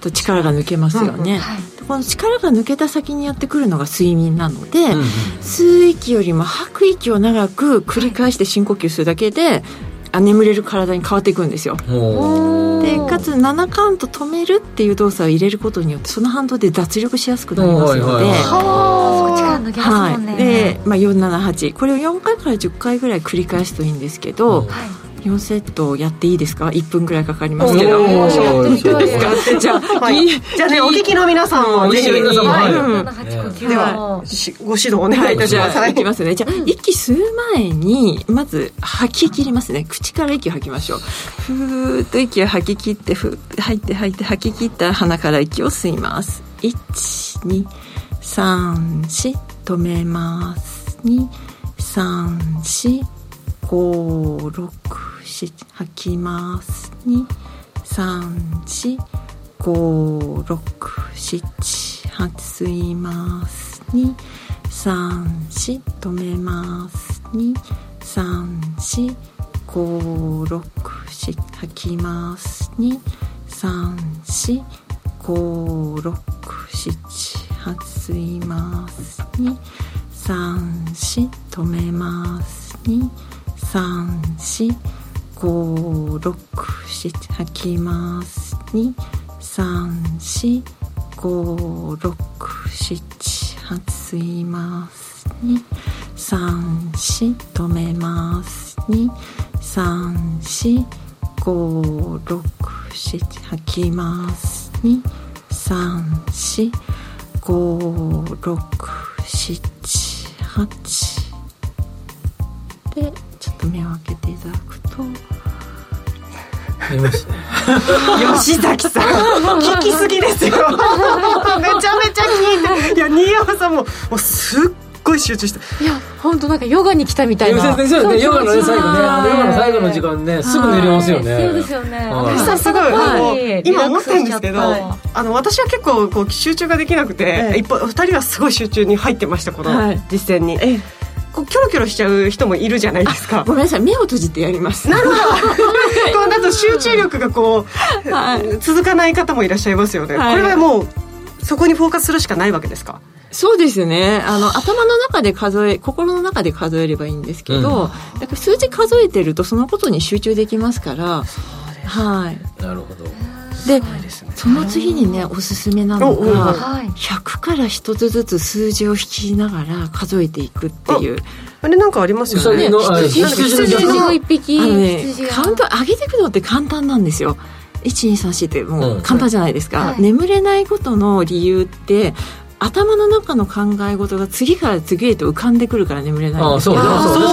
と力が抜けますよね、うんはい、この力が抜けた先にやってくるのが睡眠なので、うん、吸う息よりも吐く息を長く繰り返して深呼吸するだけで、あ眠れる体に変わっていくんですよ。でかつななカウント止めるっていう動作を入れることによってその反動で脱力しやすくなりますので、はい、で、まあ、よんななはちこれをよんかいからじゅっかいぐらい繰り返すといいんですけど、はいよんセットやっていいですか？いっぷんぐらいかかりますけど。 やってみたいですか？じゃあ、はい、じゃあね、お聞きの皆さんもぜひ、はい、ではご指導お願いいたします。 はい、いきますね。じゃあ、息吸う前にまず吐き切りますね。口から息を吐きましょう。ふーっと息を吐き切って、ふーって吐いて吐いて吐き切ったら鼻から息を吸います。いち、に、さん、し止めます。に、さん、しご、ろく、吐きます。に、さん、しご、ろく、なな、はち吸います。に、さん、し止めます。に、さん、しご、ろく、吐きます。に、さん、しご、ろく、なな、はち吸います。に、さん、し止めます。に、さん、しご、ろく、吐きます。に、さん、しご、ろく、なな、吸います。に、さん、し止めます。に、さん、しご、ろく、吐きます。に、さん、しご、ろく、なな、はちでちょっと目を開けていただくとありますね。 吉崎さん聞きすぎですよ。めちゃめちゃ聞いて、いや新山さんももうすっごい集中して、 いや本当なんかヨガに来たみたいな。 そうですね、ヨガのね最後ね、あのヨガの最後の時間ねすぐ寝れますよね。 そうですよね。 吉さんすごい、あの今思ったんですけど、あの私は結構こう集中ができなくて、ええ、一方ふたりはすごい集中に入ってました、この実践に、はい、ええこうキョロキョロしちゃう人もいるじゃないですか。 ごめんなさい、目を閉じてやります。 なるほど。こうだと集中力がこう、はい、続かない方もいらっしゃいますよね、はい、これはもうそこにフォーカスするしかないわけですか？ そうですね、あの頭の中で数え、心の中で数えればいいんですけど、うん、やっぱり数字数えてるとそのことに集中できますから。 そうです、 はい、 なるほど。 で、その次にねおすすめなのがひゃくから一つずつ数字を引きながら数えていくっていう。 あ, あれなんかありますよね。 羊の一匹、 あのね、カウント上げていくのって簡単なんですよ。いちにさんしってもう簡単じゃないですか、うんはい、眠れないことの理由って頭の中の考え事が次から次へと浮かんでくるから眠れないんですよ。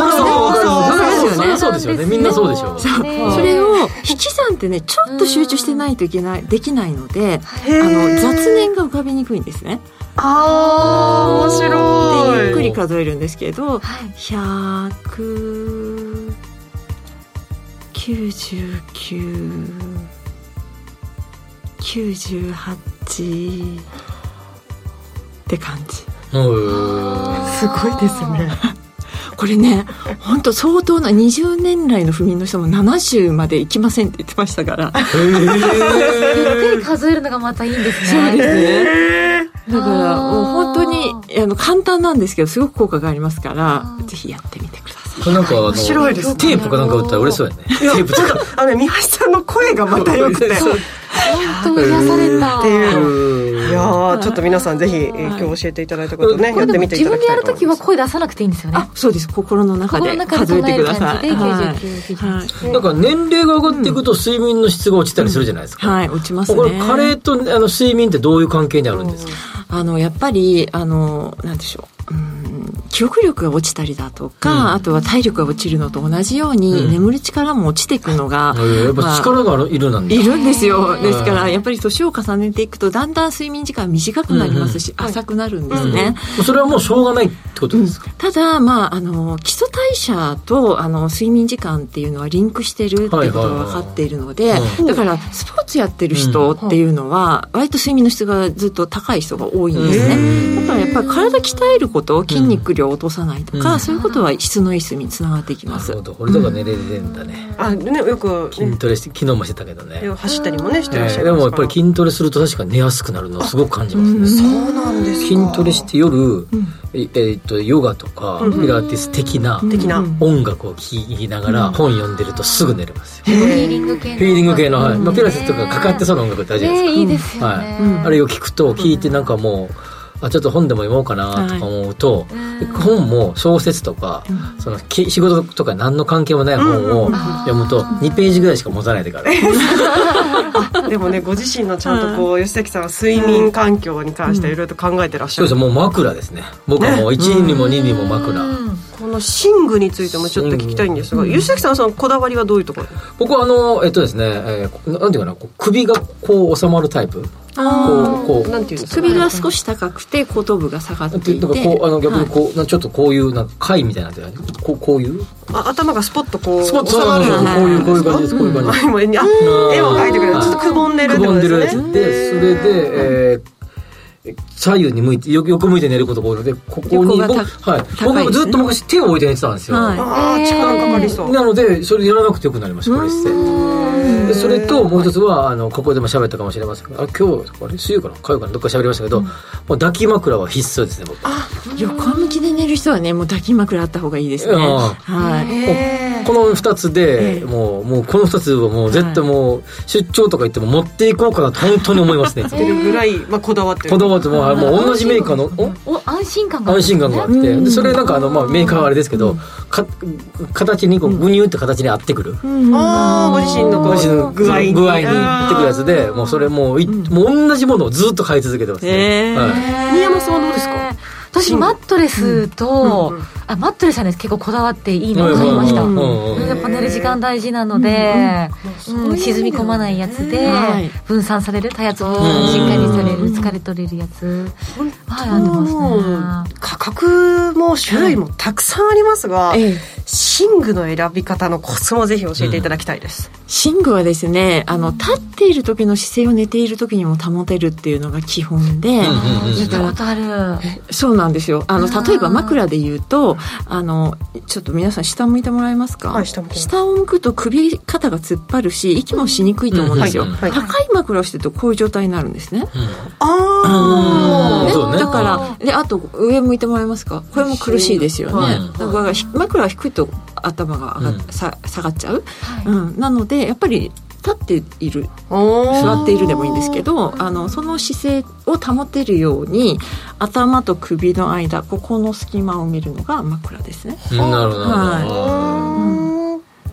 そうですよね、みんなそうでしょう。 それを引き算ってねちょっと集中してないといけないできないので、あの雑念が浮かびにくいんですね。 あー面白い。 でゆっくり数えるんですけど、はい、ひゃくきゅうじゅうきゅう きゅうじゅうはちって感じ。すごいですね。 これね本当相当なにじゅうねん来の不眠の人もななじゅうまでいきませんって言ってましたから。 ゆっくり数えるのがまたいいんですね。 そうですね。だからもう本当にあの簡単なんですけどすごく効果がありますからぜひやってみてください。 これなんかあの面白いですね。テープかなんか打ったら売れそうやね。テープとかあの三橋さんの声がまた良くて本当癒されたっていう。いやちょっと皆さんぜひ、えー、今日教えていただいたことね、やってみていただきたいと思います。 自分でやるときは声出さなくていいんですよね。 あ、そうです。心の中で数えてください。 なんか年齢が上がっていくと睡眠の質が落ちたりするじゃないですか、 うんうん、はい落ちますね。 これ加齢とあの睡眠ってどういう関係にあるんですか？ あのやっぱりあのなんでしょう、うん記憶力が落ちたりだとか、うん、あとは体力が落ちるのと同じように、うん、眠る力も落ちていくのが、 うん、やっぱ力がいるなんだ、 いるんですよ。ですからやっぱり年を重ねていくとだんだん睡眠時間短くなりますし、うん、浅くなるんですね、 うんうん、それはもうしょうがないってことですか？ うん、ただ、まあ、あの基礎代謝とあの睡眠時間っていうのはリンクしてるっていうことが分かっているので、だからスポーツやってる人っていうのは、うん、割と睡眠の質がずっと高い人が多いんですね。だからやっぱり体鍛えること、筋肉量を落とさないとか、うん、そういうことは質のいい睡眠につながっていきます。 なるほど。俺とか寝れるんだね。 うん、あね、よく、ね、 筋トレして昨日もしてたけどね。 走ったりもねしてらっしゃいますから、 えー、でもやっぱり筋トレすると確かに寝やすくなるのをすごく感じますね。 そうなんですか。 筋トレして夜、うんえー、っとヨガとか、うん、ピラティス的な、 うん、 音楽を聴きながら本読んでるとすぐ寝れますよ。 フィーリング系のフィーリング系の、はい、まあ、ピラティスとかかかってそうな音楽大事ですか、 えー、いいですよね、 はい、あれを聞くと聞いてなんかもうあちょっと本でも読もうかなとか思うと、はい、本も小説とか、うん、その仕事とか何の関係もない本を読むとにページぐらいしか持たないでからあでもねご自身のちゃんとこう吉崎さんは睡眠環境に関していろいろと考えてらっしゃる、 そうです。もう枕ですね。僕はもういちにもににも枕、 この寝具についてもちょっと聞きたいんですが、吉崎さんはそのこだわりはどういうところ？ 僕はあのえっとですね、えー、なんていうかな、こう首がこう収まるタイプ。 あこうこうなんていうんですか、首が少し高くて後頭部が下がっていて、 だからこうあの逆にこう、はい、ちょっとこういうなんか貝みたいなこうこういうあ頭がスポッとこうスポッと収まるようなこういうこういう感じです。こういう感じ。 もう絵を描いてくれる。ちょっとくぼんでるってことですね。くぼんでるやつで、 それで、えー左右に向いて横向いて寝ることが多いので、ここに僕、はい、僕もずっと昔手を置いて寝てたんですよ、はい、 ああ時間かかりそうなのでそれやらなくてよくなりました。これしてでそれともう一つはあのここでも喋ったかもしれませんが、あ今日あれ水曜かな火曜かなどっか喋りましたけど、うん、もう抱き枕は必須ですね。僕あ横向きで寝る人はねもう抱き枕あった方がいいですね、はい、 このふたつでもう、もうこのふたつはもう絶対もう出張とか行っても持っていこうかなと本当に思いますね。 ってるぐらい、まあ、こだわってるこだわってもう、もう同じメーカーのおお安心感がある、ね、安心感があって、でそれなんかあの、まあ、メーカーはあれですけど、か形にこうグニューって形に合ってくる、 うん、ああご自身のこう具合に具合に合ってくるやつで、もうそれもうい、うん、もう同じものをずっと買い続けてますね。 はい、新山さんはどうですか？ 私マットレスと、うんうんうん、あマットレスはね結構こだわっていいのを買いました、うんうんうん、やっぱ寝る時間大事なので、うんうん、沈み込まないやつで、はい、分散される体圧もしっかりされる、疲れ取れるやつ、はい、ありますね。 価格も種類もたくさんありますが、はい、寝具の選び方のコツもぜひ教えていただきたいです、 うん、寝具はですねあの立っている時の姿勢を寝ている時にも保てるっていうのが基本で、 聞いたことある。 そうなんですよ。あの例えば枕で言うとあのちょっと皆さん下向いてもらえますか？ はい、下向下を向くと首肩が突っ張るし息もしにくいと思うんですよ、うんはいはい、高い枕をしてるとこういう状態になるんですね、うん、 ああ、ね、だからであと上向いてもらえますか？これも苦しいですよね、うん、だから枕は低いと頭が上が、うん、さ下がっちゃう、はいうん、なのでやっぱり立っている座っているでもいいんですけどあのその姿勢を保てるように頭と首の間ここの隙間を埋めるのが枕ですね。 なるほど、 はい、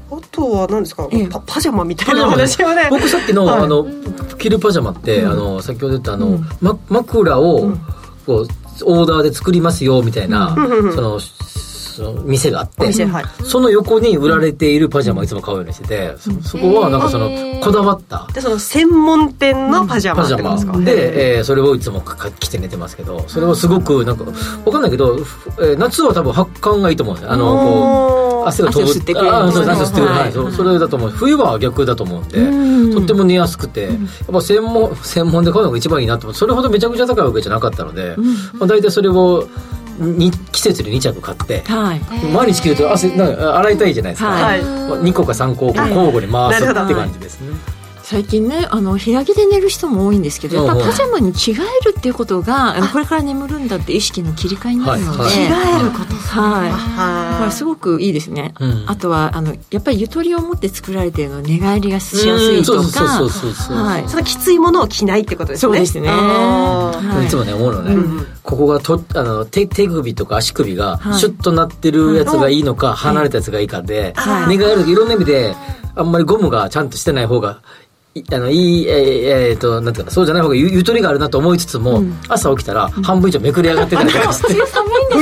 あとは何ですか、ええ、パ, パジャマみたいな話はね僕さっきの、はい、あの着るパジャマって、うん、あの先ほど言ったあの、うんま、枕を、うん、こうオーダーで作りますよみたいな、うん、そのその店があって、はい、その横に売られているパジャマをいつも買うようにしてて、うん、そ, そこはなんかそのこだわったでその専門店のパジャマってことですか、 うん、で、えー、それをいつも着て寝てますけど、それはすごくなんか分かんないけど、えー、夏は多分発汗がいいと思うんですよ。あのこう汗が飛ぶ汗を吸ってくれる、 あそう汗を吸ってくれる、はい、そ, それだと思う。冬は逆だと思うんで、うん、とっても寝やすくて、やっぱ専門専門で買うのが一番いいなと思って、それほどめちゃくちゃ高いわけじゃなかったので、うんまあ、大体それをに季節にに着買って、はい、毎日着ると汗なんか洗いたいじゃないですか、はいまあ、にこかさんこを交互に回すって感じですね、はい、 最近ねあの部屋着で寝る人も多いんですけど、やっぱパジャマに着替えるっていうことがこれから眠るんだって意識の切り替えになるので、はい、 着替えることはいはい、これすごくいいですね、うん、あとはあのやっぱりゆとりを持って作られているので寝返りがしやすいとか、 そのきついものを着ないってことですね。 そうですね、 はい、いつもね思うのね、うん、ここがとあの 手, 手首とか足首がシュッとなってるやつがいいのか、はい、離れたやつがいいかで、はい、寝返るといろんな意味であんまりゴムがちゃんとしてない方があのいい、えーえー、となんていうかそうじゃない方が ゆ, ゆとりがあるなと思いつつも、うん、朝起きたら半分以上めくり上がってたりとかして、 冬寒いんですよ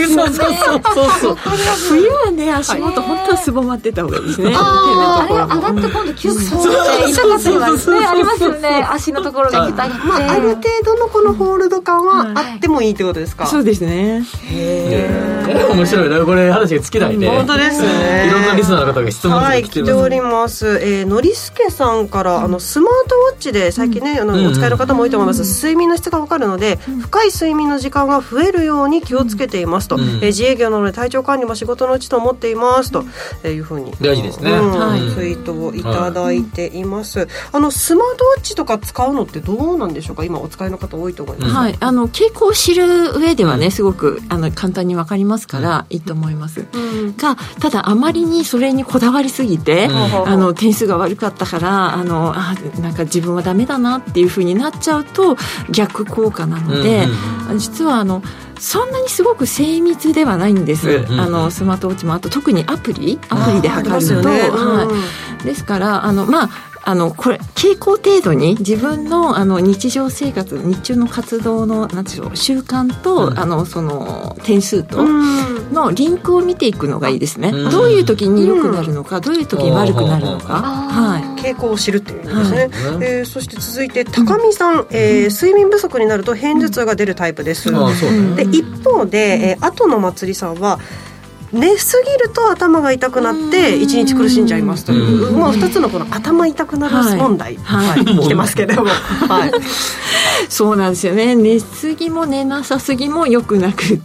そうそうそう冬はね足元本当はすぼまってた方がいいですね。 ああれ上がって今度キュッと痛かったりはねありますよね。足のところが痛い、 まあ、ある程度のこのホールド感はあってもいいってことですか。 そうですね。 へえ面白いなこれ話が尽きないね。 本当ですね。 いろんなリスナーの方が質問してきてます、 はい、来ております。えー、のりすけさんからあのスマートウォッチで最近ね、うん、あのお使いの方も多いと思います、うん、睡眠の質が分かるので、うん、深い睡眠の時間が増えるように気をつけていますと、うんえー、自営業なので体調管理も仕事のうちと思っていますと、えー、いうふうに大事ですね、 うんはい、 ツイートをいただいています、はい、あのスマートウォッチとか使うのってどうなんでしょうか。今お使いの方多いと思います、 はい、あの傾向を知る上ではねすごくあの簡単に分かりますからいいと思います、うん、がただあまりにそれにこだわりすぎて、うん、あの点数が悪かったからあのあなんか自分はダメだなっていう風になっちゃうと逆効果なので、うんうん、実はあのそんなにすごく精密ではないんです、うんうん、あのスマートウォッチもあと特にアプリアプリで測ると、ねはい、ですからあのまああのこれ傾向程度に自分 の, あの日常生活日中の活動のなんていうの習慣と、うん、あのその点数とのリンクを見ていくのがいいですね、うん、どういう時に良くなるのか、うん、どういう時に悪くなるのか、はい、 傾向を知るっていう意味ですね、はいえー、そして続いて高見さん、うんえー、睡眠不足になると偏頭痛が出るタイプです、うん、で一方で、えー、後のまつりさんは寝すぎると頭が痛くなって一日苦しんじゃいますという、まあ、ふたつのこの頭痛くなる問題、はいはい、来てますけども、はい、 そうなんですよね。寝すぎも寝なさすぎも良くなくって、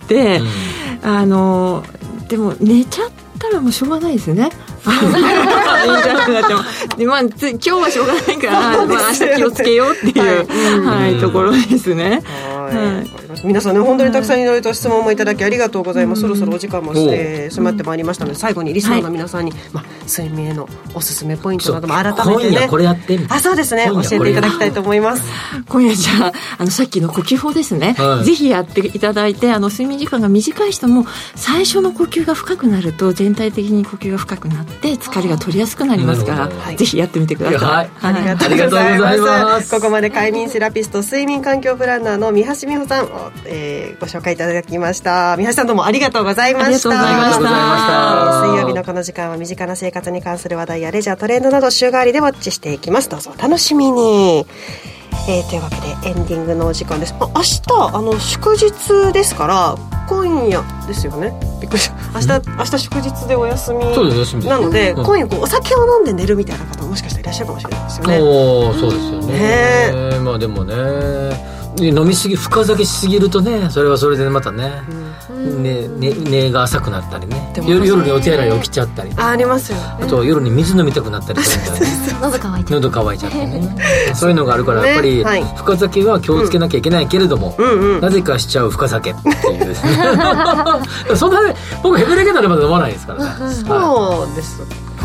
うん、あのでも寝ちゃったらもうしょうがないですね。寝ちゃくなってもで、まあ、今日はしょうがないから、まあ、明日気をつけようっていう、はいはい、ところですね。 はいはい、皆さんね本当にたくさんいろいろと質問もいただきありがとうございます、うん、そろそろお時間も、えー、迫ってまいりましたので最後にリスナーの皆さんに、はいまあ、睡眠へのおすすめポイントなども改めてね今夜これやってみたいあそうですね教えていただきたいと思います。 今夜じゃあ、あのさっきの呼吸法ですね、はい、ぜひやっていただいてあの睡眠時間が短い人も最初の呼吸が深くなると全体的に呼吸が深くなって疲れが取りやすくなりますから、はい、ぜひやってみてください、はいはい、ありがとうございます、ます。ここまで快眠セラピスト睡眠環境プランナーの三橋美穂さんを、えー、ご紹介いただきました。三橋さんどうもありがとうございました。ありがとうございました。水曜日のこの時間は身近な生活に関する話題やレジャートレンドなど週替わりでウォッチしていきます。どうぞお楽しみに。えー、というわけでエンディングのお時間です。あ明日あの祝日ですから今夜ですよね。びっくりした。明日明日祝日でお休みなので、うん、今夜こうお酒を飲んで寝るみたいな方もしかしたらいらっしゃるかもしれないですよね。 おそうですよね。ねまあでもね飲みすぎ深酒しすぎるとねそれはそれでまたね、うんねね、寝が浅くなったりね夜, 夜にお手洗い起きちゃったりあ, ありますよ、ね、 あとは夜に水飲みたくなったりするんだよね喉乾いちゃって喉乾いちゃってねそういうのがあるからやっぱり、ねはい、深酒は気をつけなきゃいけないけれども、うんうんうん、なぜかしちゃう深酒っていうですねそんなね僕ヘベレケならまだ飲まないですからねそうですうん、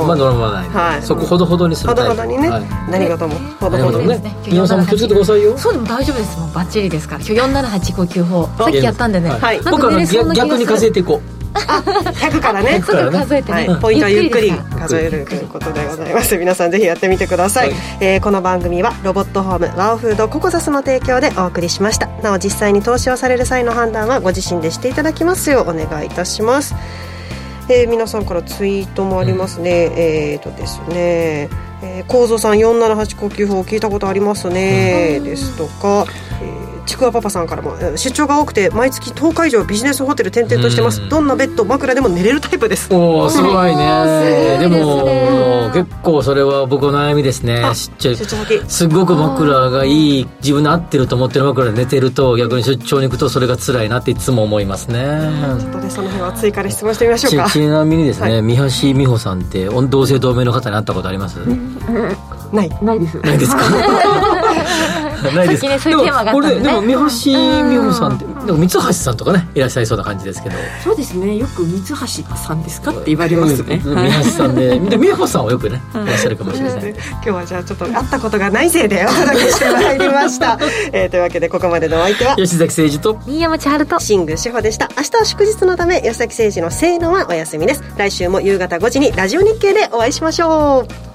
まあ飲まない、はい、そこほどほどにするタイプほどほどにね、はい、何事もほどほどにね皆さんも気をつけてくださいよ。 そうでも大丈夫ですもうバッチリですから今日よんななはち呼吸法さっきやったんでね、 はい、僕は逆に数えていこうあひゃくからねちょっと数えてね、 はい、ポイントはゆっくり数えるということでございます。皆さんぜひやってみてください、はいえー、この番組はロボットホームワオフードココザスの提供でお送りしました。なお実際に投資をされる際の判断はご自身でしていただきますようお願いいたします。えー、皆さんからツイートもありますね、うん、えーとですね、えー、構造さんよんななはち呼吸法聞いたことありますね、うん、ですとか、えーちくわパパさんからも出張が多くて毎月とおか以上ビジネスホテル転々としてます、うん、どんなベッド枕でも寝れるタイプです。 おーすごいねでも結構それは僕の悩みですね。出張すごく枕がいい自分に合ってると思ってる枕で寝てると逆に出張に行くとそれが辛いなっていつも思いますね。 ちょっとねその辺は追加で質問してみましょうか。 ち, ちなみにですね、はい、三橋美穂さんって同姓同名の方に会ったことあります？ ないないですないですかないですか。 さっきねそういうテーマがあったんでね。 でも三橋美穂さんってでも三橋さんとかねいらっしゃいそうな感じですけど。 そうですねよく三橋さんですかって言われますね。 三橋さんでで美穂さんはよくねいらっしゃるかもしれない、ね、 今日はじゃあちょっと会ったことがないせいでお届けしてまいりました、えー、というわけでここまでのお相手は吉崎誠二と新山千春と新宮志保でした。明日は祝日のため吉崎誠二のせーのはお休みです。来週も夕方ごじにラジオ日経でお会いしましょう。